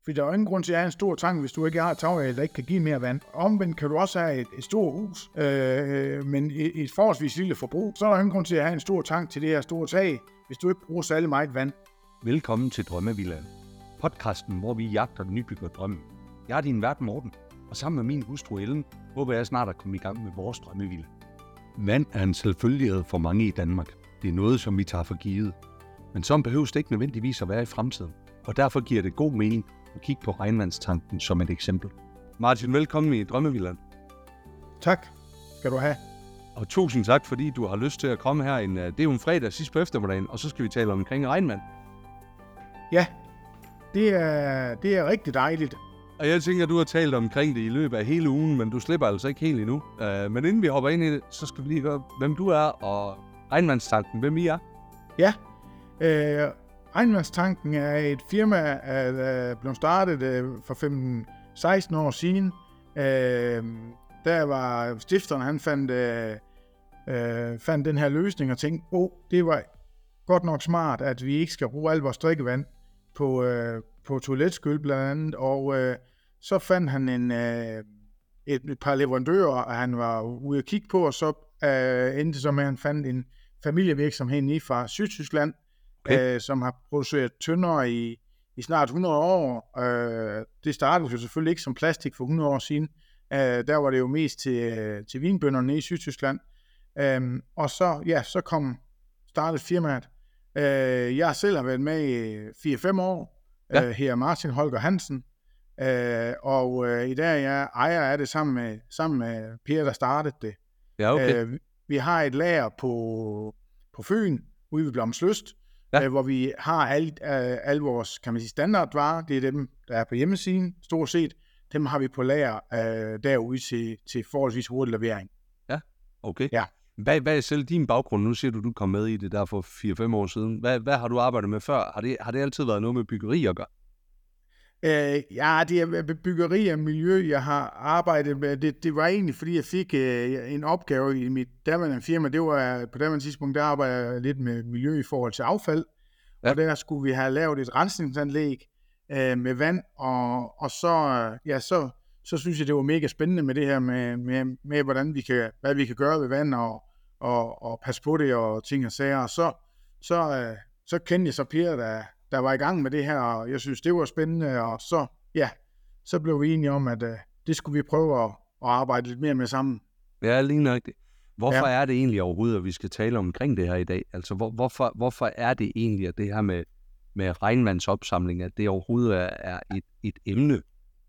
For der er jo ingen grund til at have en stor tank, hvis du ikke har et tagareal, der ikke kan give mere vand. Omvendt kan du også have et stort hus, men et forholdsvis lille forbrug. Så er der ingen grund til at have en stor tank til det her store tag, hvis du ikke bruger særlig meget vand. Velkommen til Drømmevillaen. Podcasten, hvor vi jagter den nybygger drømme. Jeg er din vært Morten, og sammen med min hustru Ellen, håber jeg snart at komme i gang med vores drømmevilla. Vand er en selvfølgelighed for mange i Danmark. Det er noget, som vi tager for givet. Men sådan behøves det ikke nødvendigvis at være i fremtiden. Og derfor giver det god mening at kigge på regnvandstanken som et eksempel. Martin, velkommen i Drømmevillaen. Tak skal du have. Og tusind tak, fordi du har lyst til at komme her. Det er jo en fredag sidst på eftermiddagen, og så skal vi tale omkring regnvand. Ja, det er rigtig dejligt. Og jeg tænker, at du har talt omkring det i løbet af hele ugen, men du slipper altså ikke helt endnu. Men inden vi hopper ind i det, så skal vi lige høre, hvem du er, og regnvandstanken, hvem I er. Ja, Regnvandstanken er et firma, der blev startet for 15-16 år siden. Der var stifteren, han fandt den her løsning og tænkte, det var godt nok smart, at vi ikke skal bruge al vores drikkevand på toiletskyld blandt andet. Og så fandt han et par leverandører, og han var ude at kigge på, og så endte det så med, at han fandt en familievirksomhed nede fra Sydtyskland, som har produceret tønder i snart 100 år. Det startede jo selvfølgelig ikke som plastik for 100 år siden. Der var det jo mest til vinbønderne i Sydtyskland. Og så startede firmaet. Jeg selv har været med i 4-5 år. Her Martin Holger Hansen. Og i dag er jeg ejer af det sammen med Per, der startede det. Ja, okay. Vi har et lager på Fyn, ude ved Blomslyst, hvor vi har alle vores, kan man sige, standardvarer. Det er dem, der er på hjemmesiden, stort set. Dem har vi på lager derude til forholdsvis hurtig levering. Ja, okay. Ja. Hvad er selv din baggrund? Nu siger du kom med i det der for 4-5 år siden. Hvad har du arbejdet med før? Har det altid været noget med byggeri at gøre? Ja, det er byggeri og miljø, jeg har arbejdet med. Det var egentlig, fordi jeg fik en opgave i mit daværende firma. Det var på daværende tidspunkt, der arbejdede jeg lidt med miljø i forhold til affald. Ja. Og der skulle vi have lavet et rensningsanlæg med vand. Og så synes jeg, det var mega spændende med det her med hvordan hvad vi kan gøre ved vand og passe på det og ting og sager. Og så kendte jeg så Per, der var i gang med det her, og jeg synes, det var spændende, og så blev vi enige om, at det skulle vi prøve at arbejde lidt mere med sammen. Ja, lige nøjagtigt. Hvorfor er det egentlig overhovedet, at vi skal tale omkring det her i dag? Altså, hvorfor er det egentlig, at det her med regnvandsopsamling, at det overhovedet er et emne?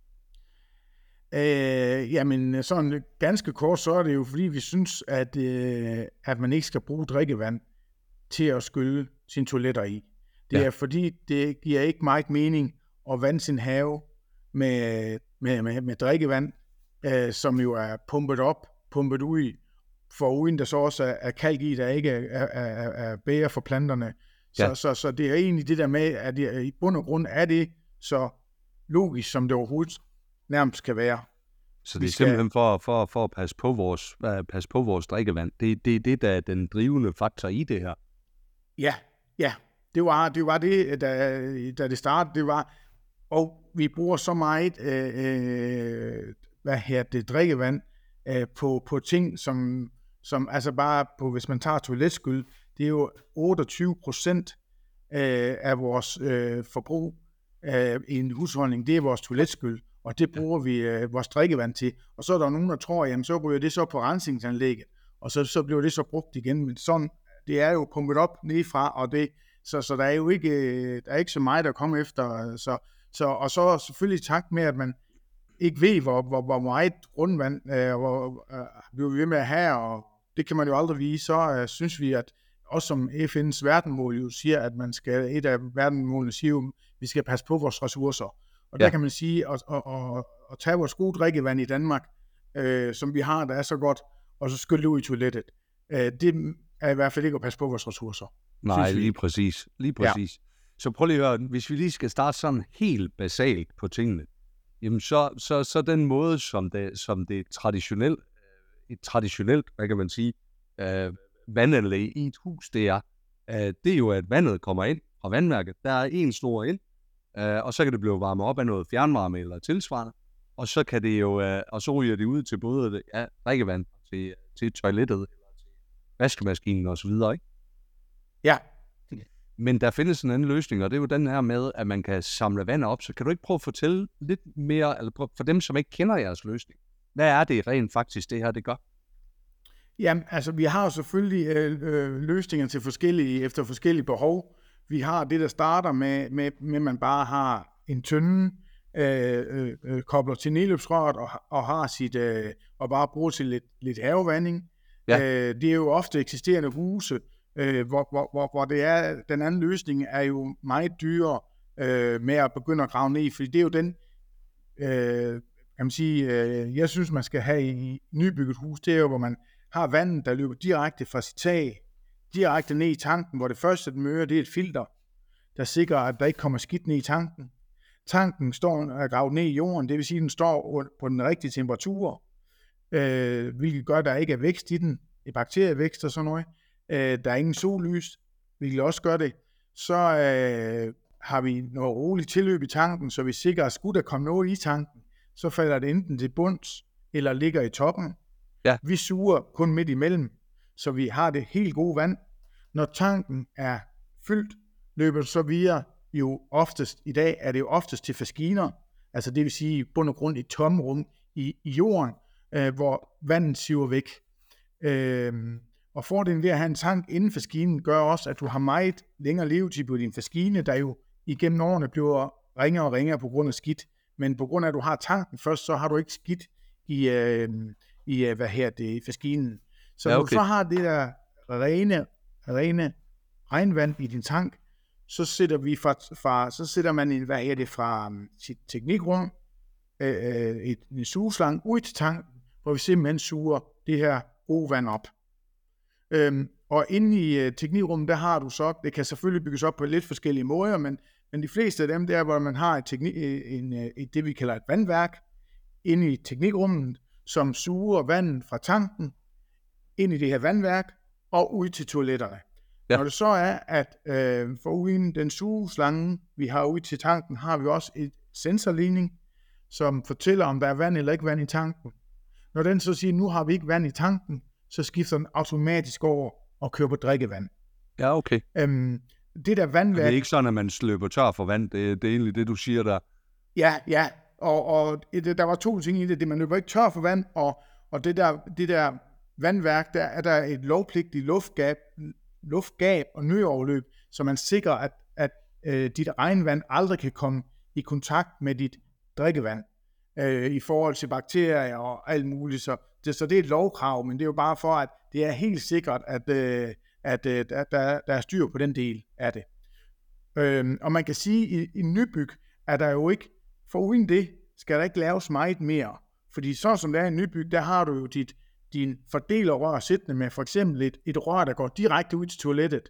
Jamen, sådan ganske kort, så er det jo, fordi vi synes, at man ikke skal bruge drikkevand til at skylle sine toiletter i. Det er fordi, det giver ikke meget mening at vande sin have med drikkevand, som jo er pumpet ud, for uden der så også er kalk i, der ikke er bedre for planterne. Så det er egentlig det der med, at i bund og grund er det så logisk, som det overhovedet nærmest kan være. Så det er simpelthen for at passe på vores drikkevand. Det er det, der er den drivende faktor i det her. Ja. Det var det, da det startede. Det var, og vi bruger så meget drikkevand på ting, som altså bare på, hvis man tager toiletskyld, det er jo 28% af vores forbrug i en husholdning, det er vores toiletskyld, og det bruger vi vores drikkevand til. Og så er der nogen, der tror, jamen så ryger det så på rensningsanlægget, og så bliver det så brugt igen. Men sådan, det er jo pumpet op nedefra, og det så der er jo ikke så meget der kommer efter, og så selvfølgelig takt med, at man ikke ved hvor meget grundvand vi er ved med at have, og det kan man jo aldrig vide. Så synes vi, at også som FN's verdensmål jo siger, at et af verdensmålene siger jo, vi skal passe på vores ressourcer, og der kan man sige at tage vores gode drikkevand i Danmark, som vi har, der er så godt, og så skylle det ud i toilettet. Det er i hvert fald ikke at passe på vores ressourcer. Nej, lige præcis. Ja. Så prøv lige at høre, hvis vi lige skal starte sådan helt basalt på tingene, jamen så den måde, som det traditionelt, hvad kan man sige, vandanlæg i et hus, det er jo, at vandet kommer ind fra vandværket. Der er en snor ind, og så kan det blive varmet op af noget fjernvarme eller tilsvarende, og så kan det jo, og så ryger det ud til både drikkevand, til toilettet, eller til vaskemaskinen og så videre, ikke? Ja. Men der findes en anden løsning, og det er jo den her med, at man kan samle vand op. Så kan du ikke prøve at fortælle lidt mere, eller for dem, som ikke kender jeres løsning, hvad er det rent faktisk, det her det gør? Jamen, altså, vi har jo selvfølgelig løsninger til efter forskellige behov. Vi har det, der starter med at man bare har en tønde, kobler til nedløbsrøret og har sit, og bare bruger til lidt havevanding. Ja. Det er jo ofte eksisterende huse, hvor det er, den anden løsning er jo meget dyrere med at begynde at grave ned, fordi det er jo den, kan man sige, jeg synes, man skal have i nybygget hus, det er jo, hvor man har vandet, der løber direkte fra sit tag, direkte ned i tanken, hvor det første, den møder, det er et filter, der sikrer, at der ikke kommer skidt ned i tanken. Tanken står gravet ned i jorden, det vil sige, at den står på den rigtige temperatur, hvilket gør, at der ikke er vækst i den, bakterievækst og sådan noget. Der er ingen sollys, hvilket også gør det. Så har vi noget roligt tilløb i tanken, så vi sikrer, at skulle der komme noget i tanken, så falder det enten til bunds, eller ligger i toppen. Ja. Vi suger kun midt imellem, så vi har det helt gode vand. Når tanken er fyldt, løber det så videre jo oftest, i dag er det jo oftest til faskiner, altså det vil sige bund og grund i tomrum i jorden, hvor vandet siver væk. Og fordelen ved at have en tank inden faskinen gør også, at du har meget længere levetid på din faskine, der jo igennem årene bliver ringere og ringere på grund af skidt. Men på grund af, at du har tanken først, så har du ikke skidt i faskinen. Så ja, okay. Når du så har det der rene regnvand i din tank, så sætter vi så sætter man fra sit teknikrum en sugeslange ud til tanken, hvor vi simpelthen suger det her gode vand op. Og inde i teknikrummet, der har du så, det kan selvfølgelig bygges op på lidt forskellige måder, men de fleste af dem, der hvor man har det vi kalder et vandværk, inde i teknikrummet, som suger vandet fra tanken, ind i det her vandværk, og ud til toiletterne. Ja. Når det så er, at foruden den sugeslange, vi har ud til tanken, har vi også et sensorligning, som fortæller, om der er vand eller ikke vand i tanken. Når den så siger, nu har vi ikke vand i tanken, så skifter den automatisk over og kører på drikkevand. Ja, okay. Det der vandværk... Det er ikke sådan, at man løber tør for vand. Det er egentlig det, du siger der. Ja. Og der var to ting i det. Man løber ikke tør for vand, og det der vandværk, der er der et lovpligtigt luftgab og nødoverløb, så man sikrer, at dit regnvand aldrig kan komme i kontakt med dit drikkevand i forhold til bakterier og alt muligt. Så det er et lovkrav, men det er jo bare for, at det er helt sikkert, at der er styr på den del af det. Og man kan sige, at i nybyg er der jo ikke, foruden det, skal der ikke laves meget mere. Fordi så som det er i nybyg, der har du jo din fordelerrør siddende med for eksempel et rør, der går direkte ud til toilettet.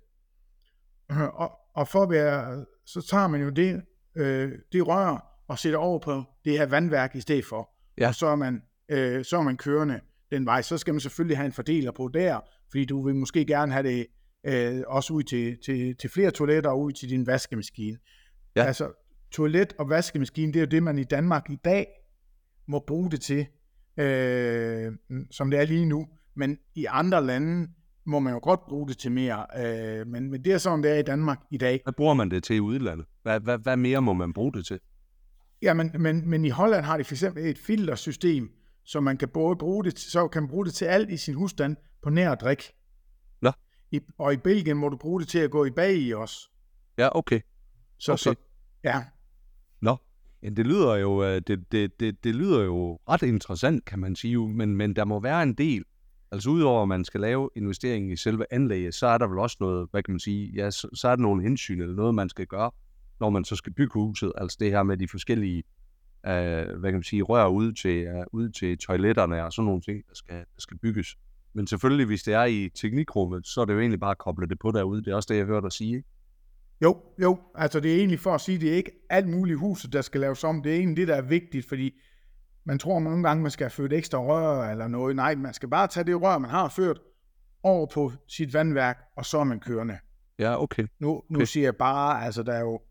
Og for at være, så tager man jo det rør og sætter over på det her vandværk i stedet for. Ja. Og så er man kørende den vej. Så skal man selvfølgelig have en fordeler på der, fordi du vil måske gerne have det også ud til flere toiletter og ud til din vaskemaskine. Ja. Altså toilet og vaskemaskine, det er jo det, man i Danmark i dag må bruge det til, som det er lige nu. Men i andre lande må man jo godt bruge det til mere. Men det er sådan, det er i Danmark i dag. Hvad bruger man det til i udlandet? Hvad mere må man bruge det til? Ja, men i Holland har de for eksempel et filtersystem, så man kan både bruge det til alt i sin husstand på nær at drikke. Nå. Og i Belgien må du bruge det til at gå i bag i også. Ja, okay. Så ja. Nå, det lyder jo det lyder jo ret interessant, kan man sige, men der må være en del. Altså udover at man skal lave investeringen i selve anlægget, så er der vel også noget, hvad kan man sige, ja, så er der nogle hensyn eller noget, man skal gøre, når man så skal bygge huset. Altså det her med de forskellige, hvad kan man sige, rør ud til toiletterne og sådan nogle ting, der skal bygges. Men selvfølgelig, hvis det er i teknikrummet, så er det jo egentlig bare at koble det på derude. Det er også det, jeg hørte dig sige, ikke? Jo, altså det er egentlig for at sige, det er ikke alt muligt huset, der skal laves om. Det er egentlig det, der er vigtigt, fordi man tror mange gange, man skal have ført ekstra rør eller noget. Nej, man skal bare tage det rør, man har ført, over på sit vandværk, og så er man kørende. Ja, okay. Nu siger jeg bare, altså der er jo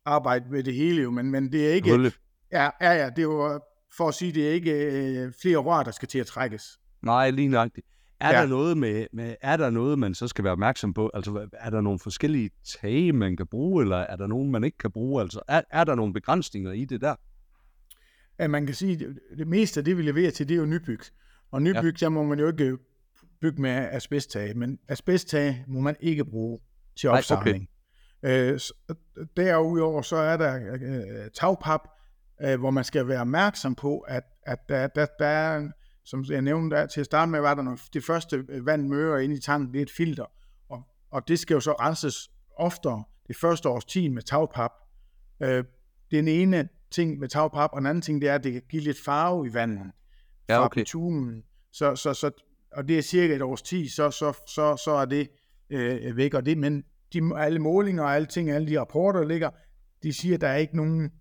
arbejde ved det hele jo, men det er ikke... Ja, det er jo for at sige, det er ikke flere rør, der skal til at trækkes. Nej, lige nøjagtigt. Er der noget, man så skal være opmærksom på? Altså, er der nogle forskellige tage, man kan bruge, eller er der nogen, man ikke kan bruge? Altså, er der nogle begrænsninger i det der? Ja, man kan sige, det meste af det, vi leverer til, det er jo nybyg. Og nybyg, der må man jo ikke bygge med asbesttage, men asbesttage må man ikke bruge til opsamling. Okay. Derudover så er der tagpap, hvor man skal være opmærksom på, at der er, som jeg nævnte der, til at starte med, var der det første vand mører ind i tanken, det er et filter, og det skal jo så renses oftere det første års tid med tagpap. Den ene ting med tagpap, og den anden ting, det er, at det kan give lidt farve i vandet fra bitumen. Så, og det er cirka et års tid, så er det væk. Og det, men alle målinger og alle ting, alle de rapporter, der ligger, de siger, at der er ikke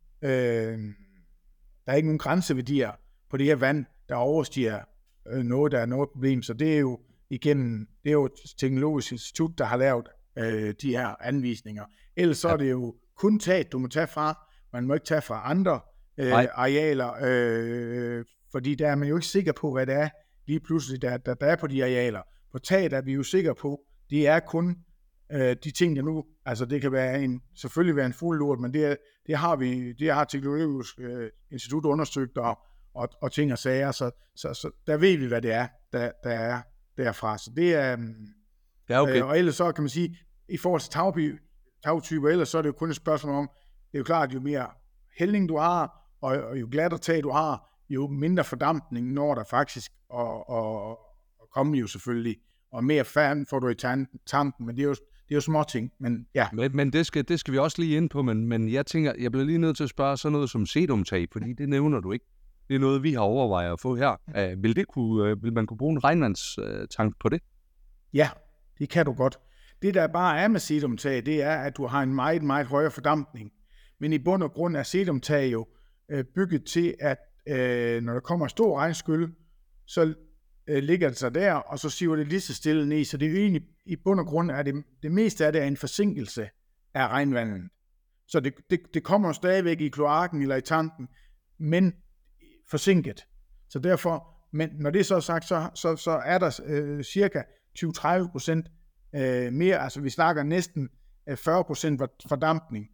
nogen grænseværdier på det her vand, der overstiger noget, der er noget problem. Så det er jo et teknologisk institut, der har lavet de her anvisninger. Ellers så er det jo kun taget, du må tage fra. Man må ikke tage fra andre arealer, fordi der er man jo ikke sikker på, hvad det er lige pludselig, der er på de arealer. På taget er vi jo sikre på, det er kun de ting, der nu, altså det kan være selvfølgelig være en fuld lort, men det har Teknologisk Institut undersøgt og ting og sager, så der ved vi, hvad det er, der er derfra. Så det er, okay. Og ellers så kan man sige, i forhold til tagtyper, ellers så er det jo kun et spørgsmål om, det er jo klart, at jo mere hældning du har, og jo glattere tag du har, jo mindre fordampning når der faktisk og komme jo selvfølgelig, og mere fan får du i tanken, men det er jo små ting, men ja. Men det skal vi også lige ind på, men jeg tænker, jeg bliver lige nødt til at spørge sådan noget som sedumtag, fordi det nævner du ikke. Det er noget, vi har overvejet at få her. Vil man kunne bruge en regnvandstank på det? Ja, det kan du godt. Det der bare er med sedumtag, det er, at du har en meget, meget højere fordampning. Men i bund og grund er sedumtag jo bygget til, at når der kommer en stor regnskyld, så ligger det sig der, og så siver det lige så stille ned. Så det er jo egentlig, i bund og grund, er det meste af det er en forsinkelse af regnvandet. Så det kommer stadigvæk i kloakken eller i tanken, men forsinket. Så derfor, men når det så er sagt, så er der cirka 20-30% mere, altså vi snakker næsten 40% fordampning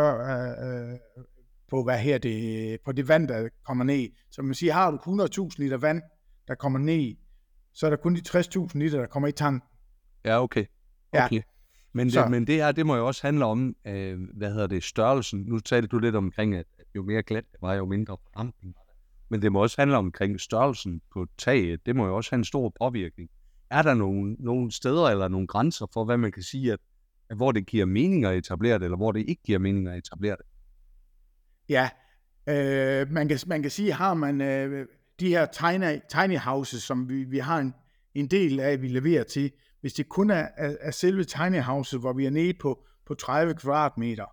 på på det vand, der kommer ned. Så man siger, har du 100.000 liter vand, der kommer ned, så er der kun de 60.000 liter, der kommer i tanken. Ja, okay. Ja. Men det her, det må jo også handle om, størrelsen. Nu talte du lidt omkring, at jo mere glat det var, jo mindre fordampning. Men det må også handle omkring størrelsen på taget. Det må jo også have en stor påvirkning. Er der nogle steder eller nogle grænser for, hvad man kan sige, at hvor det giver mening at etablere det, eller hvor det ikke giver mening at etablere det? Ja, man kan sige, har man de her tiny houses, som vi har en del af, vi leverer til, hvis det kun er selve tiny houses, hvor vi er nede på 30 kvadratmeter,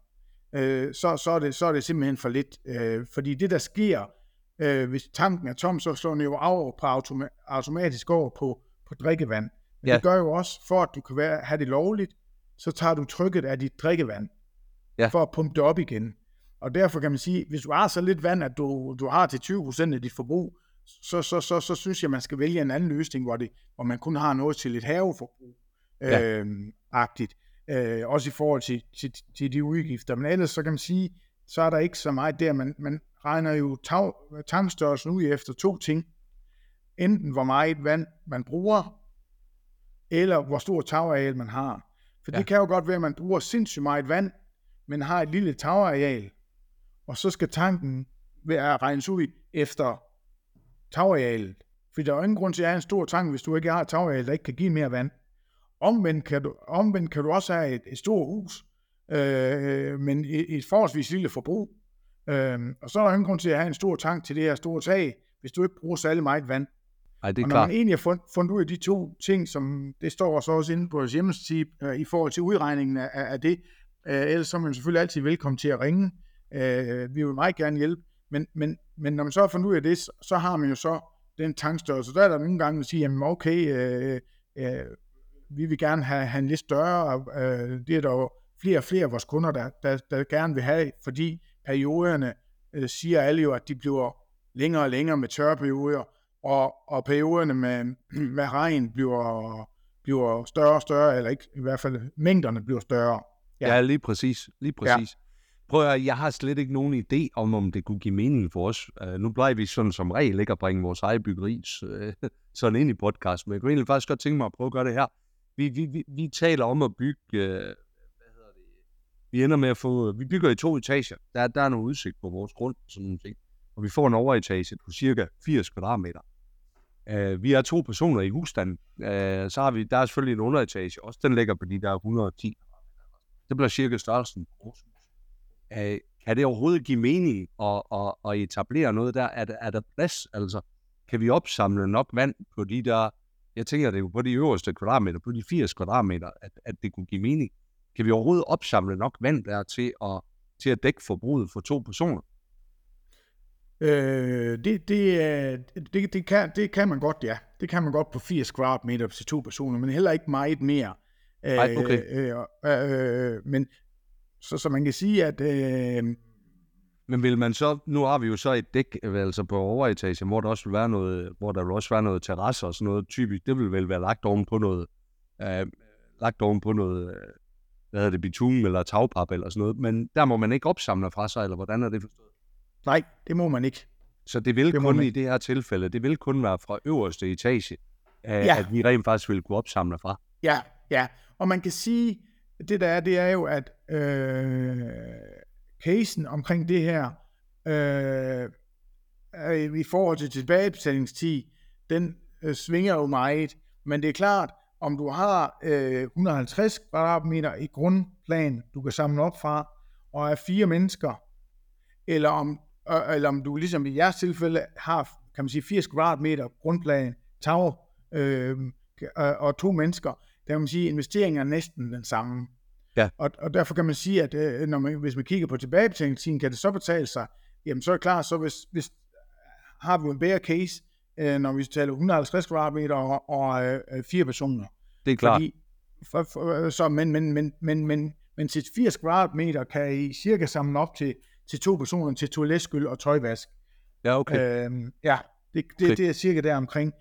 så er det simpelthen for lidt. Fordi det, der sker, hvis tanken er tom, så slår den jo automatisk over på drikkevand. Men det gør jo også, for at du kan have det lovligt, så tager du trykket af dit drikkevand, for at pumpe det op igen. Og derfor kan man sige, hvis du har så lidt vand, at du har til 20% af dit forbrug, så synes jeg, man skal vælge en anden løsning, hvor man kun har noget til et haveforbrug agtigt. Også i forhold til de udgifter. Men ellers så kan man sige, så er der ikke så meget der. Man regner jo tankstørrelsen ud efter to ting. Enten hvor meget vand man bruger, eller hvor stor tagareal man har. For det kan jo godt være, at man bruger sindssygt meget vand, men har et lille tagareal, og så skal tanken være regnes ud efter tagarealet. For der er jo ingen grund til at have en stor tank, hvis du ikke har et tagareal, der ikke kan give mere vand. Omvendt kan du også have et stort hus, men et forholdsvis lille forbrug. Og så er der ingen grund til at have en stor tank til det her store tag, hvis du ikke bruger særlig meget vand. Ej, det er og når man egentlig har fundet ud af de to ting, som det står også inde på vores hjemmeside, i forhold til udregningen af det, ellers så er man selvfølgelig altid velkommen til at ringe. Vi vil meget gerne hjælpe, men når man så har fundet ud af det, så har man jo så den tankstørrelse. Der er der nogle gange at sige, jamen okay, vi vil gerne have en lidt større, det er der jo flere og flere af vores kunder, der gerne vil have, fordi perioderne siger alle jo, at de bliver længere og længere med tørperioder, og perioderne med regn bliver større og større, eller ikke, i hvert fald mængderne bliver større. Ja, lige præcis. Ja. Prøv at, jeg har slet ikke nogen idé om det kunne give mening for os. Nu plejer vi sådan som regel ikke at bringe vores eget byggeri sådan ind i podcast, men jeg kunne egentlig faktisk godt tænke mig at prøve at gøre det her. Vi taler om at bygge, vi ender med at få, vi bygger i 2 etager. Der er noget udsigt på vores grund, sådan nogle ting. Og vi får en overetage på cirka 80 kvadratmeter. Vi er 2 personer i husstanden. Så har vi, der er selvfølgelig en underetage, også den ligger på de der 110. Det bliver cirka størrelsen på vores hus. Kan det overhovedet give mening at etablere noget der? Er der plads? Altså, kan vi opsamle nok vand på de der, jeg tænker det er jo på de øverste kvadratmeter, på de 80 kvadratmeter, at det kunne give mening. Kan vi overhovedet opsamle nok vand der til at dække forbruget for 2 personer? Det kan man godt, ja. Det kan man godt på 80 kvadratmeter til 2 personer, men heller ikke meget mere. Nej, okay. Men så man kan sige, at... Men vil man så, nu har vi jo så et dæk, altså på overetagen, hvor der også vil være noget, hvor der vil også være noget terrasse og sådan noget typisk, det vil vel være lagt oven på noget, hvad hedder det, bitumen eller tagpap eller sådan noget, men der må man ikke opsamle fra sig, eller hvordan er det forstået? Nej, det må man ikke. Så det vil kun i det her tilfælde, det vil kun være fra øverste etage, at vi rent faktisk vil kunne opsamle fra. Ja, og man kan sige, det er jo, at casen omkring det her, i forhold til tilbagebetalingstid, den svinger jo meget, men det er klart, om du har 150 kvadratmeter i grundplan, du kan samle op fra, og er 4 mennesker, eller om du ligesom i jeres tilfælde har, kan man sige, 80 kvadratmeter grundplan, tag, og 2 mennesker, der kan man sige, at investeringen er næsten den samme. Ja. Og derfor kan man sige, at hvis man kigger på tilbagebetalingstiden, kan det så betale sig? Jamen så er det klart, så hvis har vi en bedre case, når vi taler 150 kvadratmeter og 4 personer. Det er klart. Men til 80 kvadratmeter kan I cirka samle op til 2 personer til toiletskyld og tøjvask. Ja, okay. Det er cirka der omkring.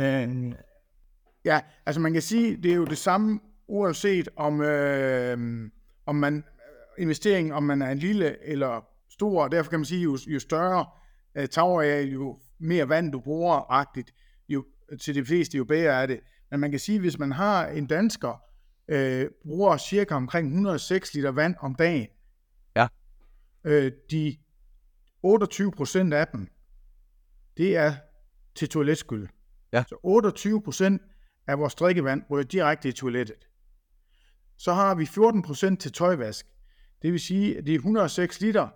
Altså man kan sige, det er jo det samme, uanset om man investeringen, om man er en lille eller stor, og derfor kan man sige, jo større tagareal, jo mere vand du bruger, jo til de fleste, jo bedre er det. Men man kan sige, hvis man har en dansker, bruger cirka omkring 106 liter vand om dagen. Ja. De 28% af dem, det er til toiletskyld. Ja. Så 28% af vores drikkevand ryger direkte i toilettet. Så har vi 14% til tøjvask. Det vil sige, at det er 106 liter.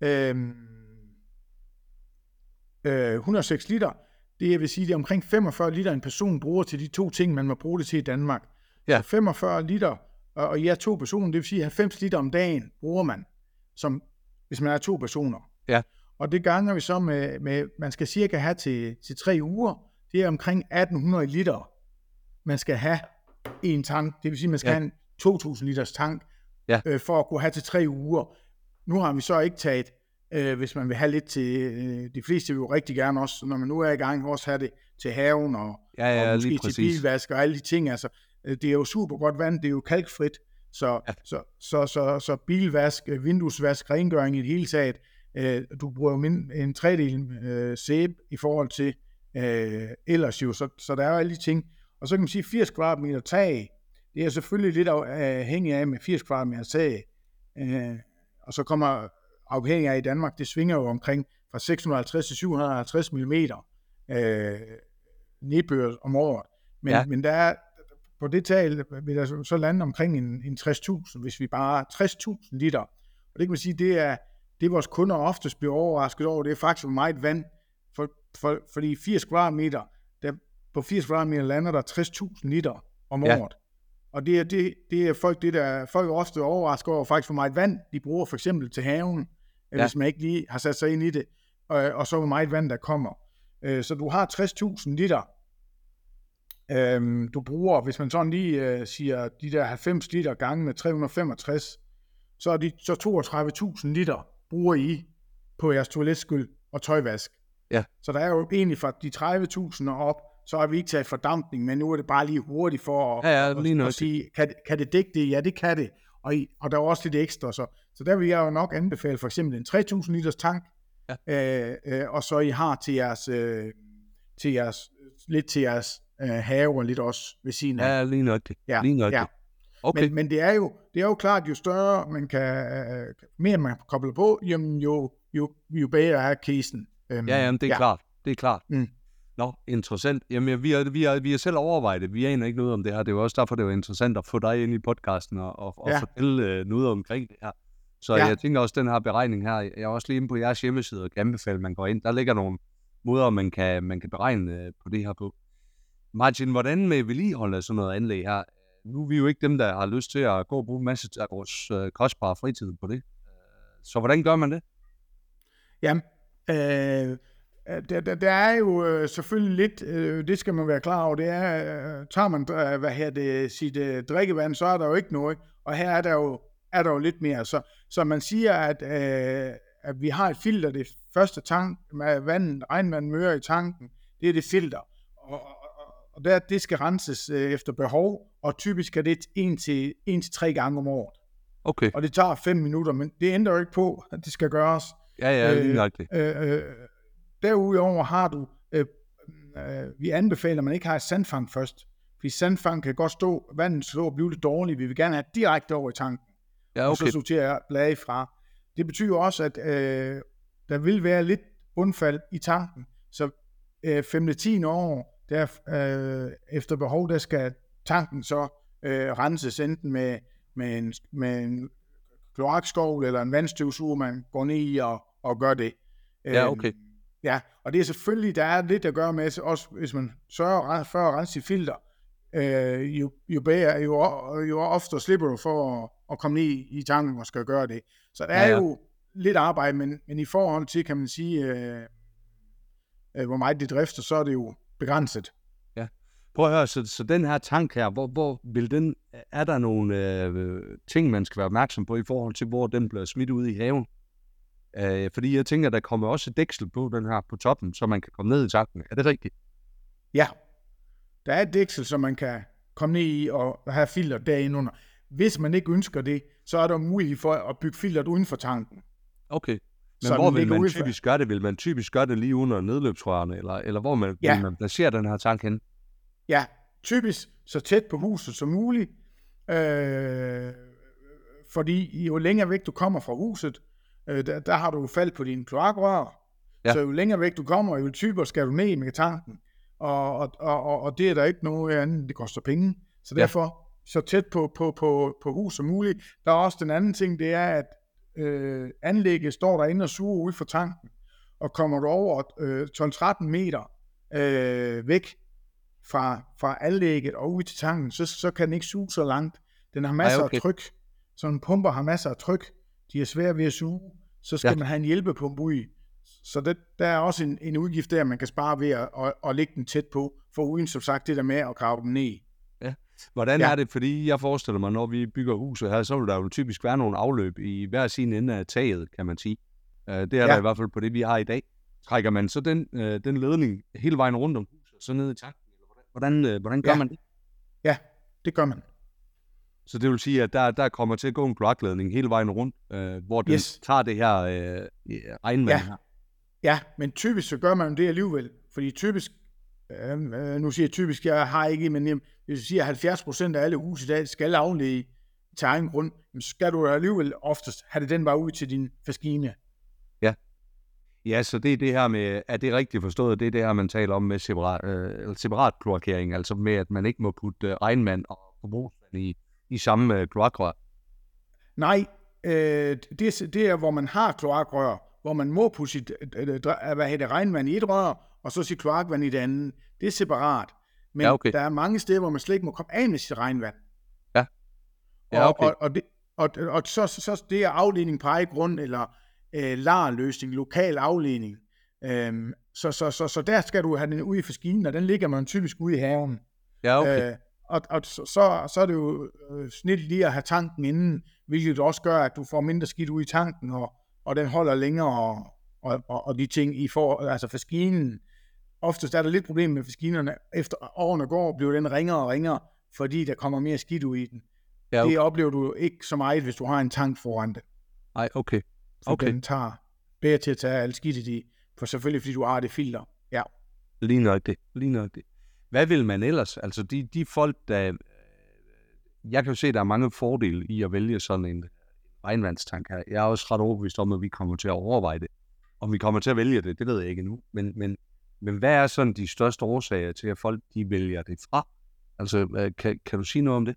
106 liter, det vil sige, det er omkring 45 liter, en person bruger til de 2 ting, man må bruge det til i Danmark. Ja. Så 45 liter, og I er 2 personer, det vil sige, 90 liter om dagen bruger man, som, hvis man er 2 personer. Ja. Og det ganger vi så med man skal cirka have til 3 uger, det er omkring 1800 liter, man skal have i en tank. Det vil sige, man skal have en 2000 liters tank, for at kunne have til 3 uger. Nu har vi så ikke taget, hvis man vil have lidt til, de fleste vil jo rigtig gerne også, når man nu er i gang, også have det til haven, og måske til bilvask og alle de ting. Altså, det er jo super godt vand, det er jo kalkfrit, så bilvask, vinduesvask, rengøring i det hele taget, du bruger jo en tredjedel sæbe i forhold til ellers jo, så der er jo alle de ting. Og så kan man sige, 80 kvadratmeter tag, det er selvfølgelig lidt afhængig af med 80 kvadratmeter tag, og så kommer afhængig af i Danmark, det svinger jo omkring fra 650 til 750 mm nedbør om året. Men der er, på det tag vil der så lande omkring en 60.000, hvis vi bare har 60.000 liter. Og det kan man sige, det vores kunder oftest bliver overrasket over, det er faktisk meget vand, fordi 80 kvadratmeter, på 80 kvadratmeter lander der 60.000 liter om året. Og det er folk er ofte overrasket over faktisk, hvor meget vand de bruger for eksempel til haven, hvis man ikke lige har sat sig ind i det, og så hvor meget vand der kommer. Så du har 60.000 liter, du bruger, hvis man sådan lige siger, de der 90 liter gange med 365, så er de så 32.000 liter bruger I på jeres toiletskyld og tøjvask. Ja. Så der er jo egentlig fra de 30.000 og op, så har vi ikke taget fordampning, men nu er det bare lige hurtigt for at sige, kan det dække det? Ja, det kan det. Og der er også lidt ekstra. Så der vil jeg jo nok anbefale for eksempel en 3.000 liters tank, og så I har til jeres have og lidt også ved siden af. Ja, lige nok det. Ja, lige nok ja. det. Okay. Men det er jo klart, jo større man kan, mere man kobler på, jo bedre er casen. Jamen, det er klart. Det er klart. Mm. Nå, interessant. Jamen, vi har selv overvejet det. Vi aner ikke noget om det her. Det er jo også derfor, det var interessant at få dig ind i podcasten og fortælle noget omkring det her. Så jeg tænker også, den her beregning her, jeg er også lige inde på jeres hjemmeside og kan anbefale, at man går ind. Der ligger nogle måder, man kan beregne på det her på. Martin, hvordan med vedligehold af sådan noget anlæg her? Nu er vi jo ikke dem, der har lyst til at gå og bruge en masse af vores kostbare fritid på det. Så hvordan gør man det? Jamen, der er jo selvfølgelig lidt, det skal man være klar over, det er, tager man sit drikkevand, så er der jo ikke noget, og her er der jo lidt mere. Så man siger, at vi har et filter, det første tank med regnvand møre i tanken, det er det filter, og det skal renses efter behov, og typisk er det 1-3 gange om året. Okay. Og det tager 5 minutter, men det ændrer jo ikke på, at det skal gøres. Ja, lige nok det. Derudover har du, vi anbefaler, at man ikke har et sandfang først, fordi sandfang kan godt stå, vandet stå og blive lidt dårligt, vi vil gerne have direkte over i tanken, og så sorterer jeg blade fra. Det betyder også, at der vil være lidt bundfald i tanken, så 5-10 år, der, efter behov, der skal tanken så renses enten med en kloakskovl eller en vandstøvsuger, man går ned i og gør det. Ja, okay. Ja, og det er selvfølgelig, der er lidt at gøre med, også hvis man sørger for at rense sit filter, jo bedre, jo oftere slipper du for at komme ned i tanken og skal gøre det. Så der er jo lidt arbejde, men i forhold til, kan man sige, hvor meget det drifter, så er det jo begrænset. Ja. Prøv at høre, så den her tank her, hvor vil den, er der nogle ting, man skal være opmærksom på i forhold til, hvor den bliver smidt ud i haven? Fordi jeg tænker, der kommer også et dæksel på den her på toppen, så man kan komme ned i tanken. Er det rigtigt? Ja, der er et dæksel, så man kan komme ned i og have filter derinde under. Hvis man ikke ønsker det, så er der mulighed for at bygge filteret uden for tanken. Okay. Men hvor vil man typisk gøre det? Vil man typisk gøre det lige under nedløbsrørene, eller hvor vil man placere den her tank hen? Ja, typisk så tæt på huset som muligt, fordi jo længere væk du kommer fra huset, der har du fald på dine kloakrør, så jo længere væk du kommer, jo typer skal du ned med tanken, og det er der ikke noget andet, det koster penge, så derfor så tæt på hus som muligt. Der er også den anden ting, det er, at anlægget står derinde og suger ud for tanken, og kommer du over 12-13 meter væk fra anlægget og ud til tanken, så kan den ikke suge så langt. Den har masser af tryk. Sådan en pumper har masser af tryk. De er svære ved at suge. Så skal man have en hjælpepumpe ud i. Så der er også en udgift der, man kan spare ved at lægge den tæt på, for uden som sagt det der med at grave den ned. Ja. Hvordan er det? Fordi jeg forestiller mig, når vi bygger huset her, så vil der jo typisk være nogle afløb i hver sin ende af taget, kan man sige. Det er der i hvert fald på det, vi har i dag. Trækker man så den ledning hele vejen rundt om huset, så ned i tanken? Hvordan gør man det? Ja, det gør man. Så det vil sige, at der kommer til at gå en kloakledning hele vejen rundt, hvor den tager det her regnvand her. Ja, men typisk så gør man det alligevel. Fordi typisk, nu siger jeg typisk, jeg har ikke, men hvis jeg siger, at 70% af alle huse i dag skal aflede til egen grund, så skal du alligevel oftest have den bare ud til din maskine. Ja. Ja, så det er det her med, er det rigtigt forstået, det er det her, man taler om med separat kloakering, altså med, at man ikke må putte regnvand og forbrugsvand i samme kloakrør? Nej, det er, hvor man har kloakrør, hvor man må putte sit regnvand i et rør, og så sit kloakvand i det andet. Det er separat. Men der er mange steder, hvor man slet ikke må komme af med sit regnvand. Ja. Ja, okay. Og så det er afledning på egen grund, eller LAR-løsning, lokal afledning. Så der skal du have den ude i maskinen, og den ligger man typisk ude i haven. Ja, okay. Og så er det jo snit lige at have tanken inden, hvilket også gør, at du får mindre skidt ud i tanken, og den holder længere, og de ting, altså maskinen. Oftest er der lidt problem med maskinerne. Efter årene går, bliver den ringere og ringere, fordi der kommer mere skidt ud i den. Ja, okay. Det oplever du ikke så meget, hvis du har en tank foran det. Nej, okay. Så den tager bedre til at tage alt skidtet i, for selvfølgelig fordi du har det filter. Ja. Lige nok det. Hvad vil man ellers? Altså de folk, der... Jeg kan jo se, at der er mange fordele i at vælge sådan en regnvandstank her. Jeg er også ret overbevist om, at vi kommer til at overveje det. Om vi kommer til at vælge det ved jeg ikke endnu. Men hvad er sådan de største årsager til, at folk de vælger det fra? Altså, kan du sige noget om det?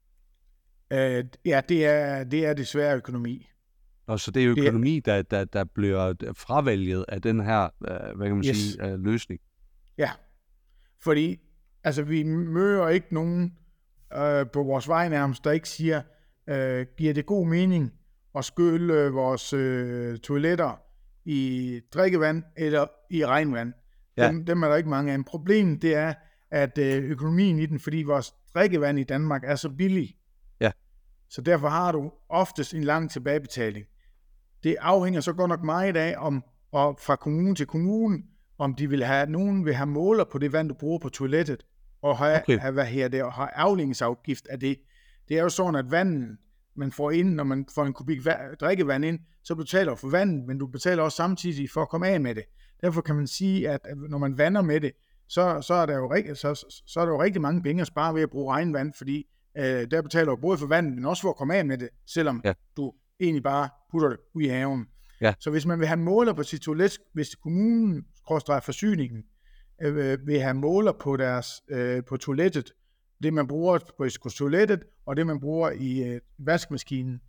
Ja, det er desværre økonomi. Og så det er økonomi, der bliver fravælget af den her, hvad kan man sige, løsning? Ja, fordi altså, vi møder ikke nogen på vores vej nærmest, der ikke siger, giver det god mening at skylle vores toiletter i drikkevand eller i regnvand. Ja. Dem er der ikke mange af. Problemet det er, at økonomien i den, fordi vores drikkevand i Danmark er så billig. Ja. Så derfor har du oftest en lang tilbagebetaling. Det afhænger så godt nok meget af, og fra kommune til kommune, om nogen vil have måler på det vand, du bruger på toilettet, og have afledningsafgift af det. Det er jo sådan, at vandet, man får ind, når man får en kubik drikkevand ind, så betaler du for vandet, men du betaler også samtidig for at komme af med det. Derfor kan man sige, at når man vander med det, så er der jo rigtig mange penge at spare ved at bruge regnvand, fordi der betaler du både for vandet, men også for at komme af med det, selvom du egentlig bare putter det ud i haven. Ja. Så hvis man vil have måler på sit toilet, hvis kommunen, forsyningen, vil have måler på deres på toilettet, det man bruger på toilettet, og det man bruger i vaskemaskinen,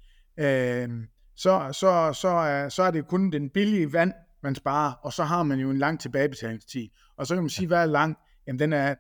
så er det kun den billige vand, man sparer, og så har man jo en lang tilbagebetalingstid. Og så kan man sige, hvad er lang? Jamen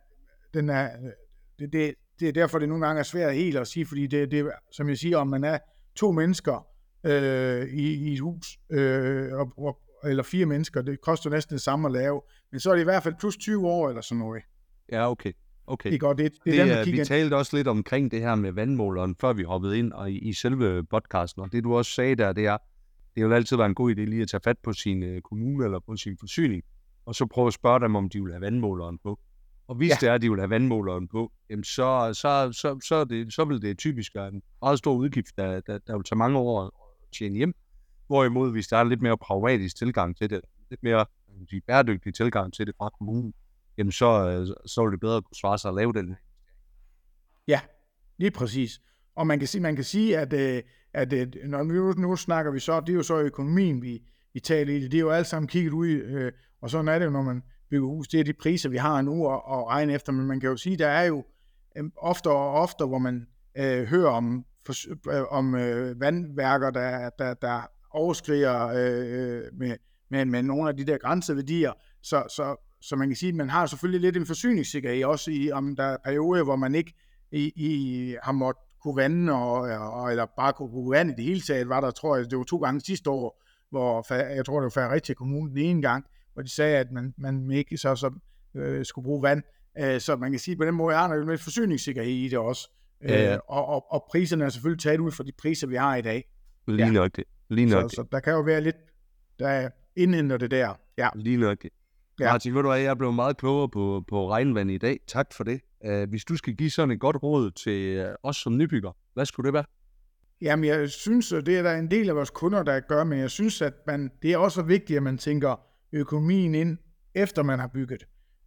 det er derfor, det nogle gange er svært helt at sige, fordi det som jeg siger, om man er 2 mennesker i et hus, eller 4 mennesker, det koster næsten det samme at lave, men så er det i hvert fald plus 20 år eller sådan noget. Ja, okay. Vi talte også lidt omkring det her med vandmåleren, før vi hoppede ind og i selve podcasten, og det du også sagde der, det vil altid være en god idé lige at tage fat på sin kommune eller på sin forsyning, og så prøve at spørge dem, om de vil have vandmåleren på. Og hvis det er, at de vil have vandmåleren på, jamen så vil det typisk være en meget stor udgift, der vil tage mange år at tjene hjem. Hvorimod, hvis der er en lidt mere pragmatisk tilgang til det, lidt mere bæredygtig tilgang til det fra kommunen, jamen så vil det bedre kunne svare sig at lave den. Ja, lige præcis. Og man kan sige, at når nu snakker vi så, det er jo så økonomien, vi taler i det. Det er jo alt sammen kigget ud, og sådan er det jo, når man bygger hus. Det er de priser, vi har nu at regne efter, men man kan jo sige, der er jo ofte, hvor man hører om vandværker, der overskrider med nogle af de der grænseværdier, så man kan sige, at man har selvfølgelig lidt en forsyningssikkerhed, også om der er perioder, hvor man ikke har måttet kunne vande, eller bare kunne bruge vand i det hele taget, var der, tror jeg, det var 2 gange sidste år, hvor jeg tror, det var Fredericia Kommune den ene gang, hvor de sagde, at man ikke så skulle bruge vand. Så man kan sige, at på den måde er der jo lidt forsyningssikkerhed i det også. Ja. Og priserne er selvfølgelig taget ud fra de priser, vi har i dag. Lige nok det. Så der kan jo være lidt, der indhenter det der. Ja. Lige nok det. Ja. Martin, ved du hvad, jeg er blevet meget klogere på regnvand i dag. Tak for det. Hvis du skal give sådan et godt råd til os som nybygger, hvad skulle det være? Jamen, jeg synes, at det er der en del af vores kunder, der gør, men jeg synes, at det er også vigtigt, at man tænker økonomien ind, efter man har bygget.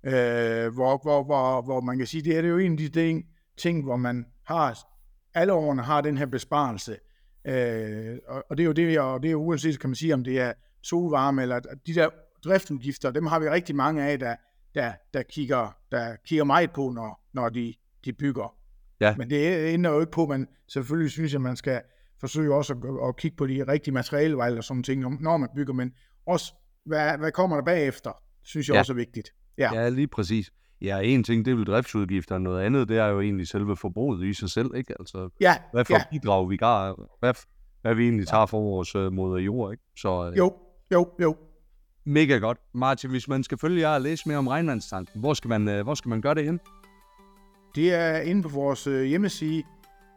Hvor man kan sige, det er jo en af de ting, hvor man alle årene har den her besparelse. Og det er jo det, og det er jo uanset, kan man sige, om det er solvarme, eller de der driftudgifter, dem har vi rigtig mange af, der kigger meget på, når de bygger. Ja. Men det ændrer jo ikke på, men selvfølgelig synes jeg, man skal forsøge også at kigge på de rigtige materialevalg og sådan ting, når man bygger, men også, hvad kommer der bagefter, synes jeg også er vigtigt. Ja, lige præcis. Ja, en ting, det er vel driftsudgifter, noget andet, det er jo egentlig selve forbruget i sig selv, ikke? Altså, hvad for bidrag vi gør, hvad vi egentlig tager for vores moder jord, ikke? Så, Jo. Mega godt. Martin, hvis man skal følge jer og læse mere om regnvandstanken, hvor skal man gøre det hen? Det er inde på vores hjemmeside,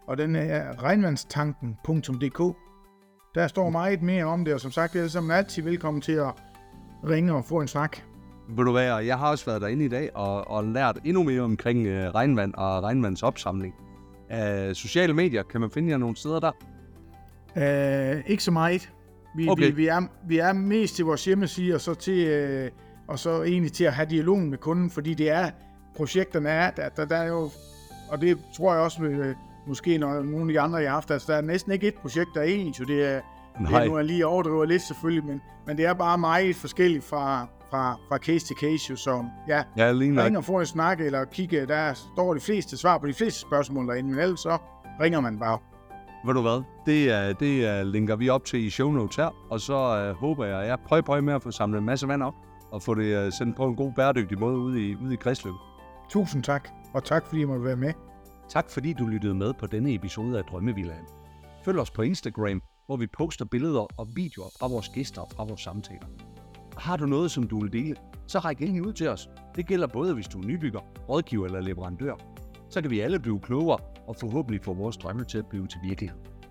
og den er regnvandstanken.dk. Der står meget mere om det, og som sagt, er man altid velkommen til at ringe og få en snak. Ved du hvad, jeg har også været derinde i dag og lært endnu mere omkring regnvand og regnvandsopsamling. Sociale medier, kan man finde jer nogle steder der? Ikke så meget. Vi er mest til vores hjemmeside, og så egentlig til at have dialogen med kunden, fordi det er, projekterne er, der er jo, og det tror jeg også, måske når nogle af de andre, jeg har haft, altså der er næsten ikke et projekt, der er ens, det er nu lige overdriver lidt selvfølgelig, men det er bare meget forskelligt fra case til case, jo, så ring og få en snak, eller kigge, der står de fleste svar på de fleste spørgsmål derinde, men ellers så ringer man bare. Ved du hvad, det linker vi op til i show notes her, og så håber jeg prøver med at få samlet en masse vand op, og få det sendt på en god bæredygtig måde ude i kredsløbet. Tusind tak, og tak fordi I måtte være med. Tak fordi du lyttede med på denne episode af Drømmevillaen. Følg os på Instagram, hvor vi poster billeder og videoer fra vores gæster og fra vores samtaler. Har du noget, som du vil dele, så ræk endelig ud til os. Det gælder både, hvis du er nybygger, rådgiver eller leverandør. Så kan vi alle blive klogere og forhåbentlig få vores drømme til at blive til virkelighed.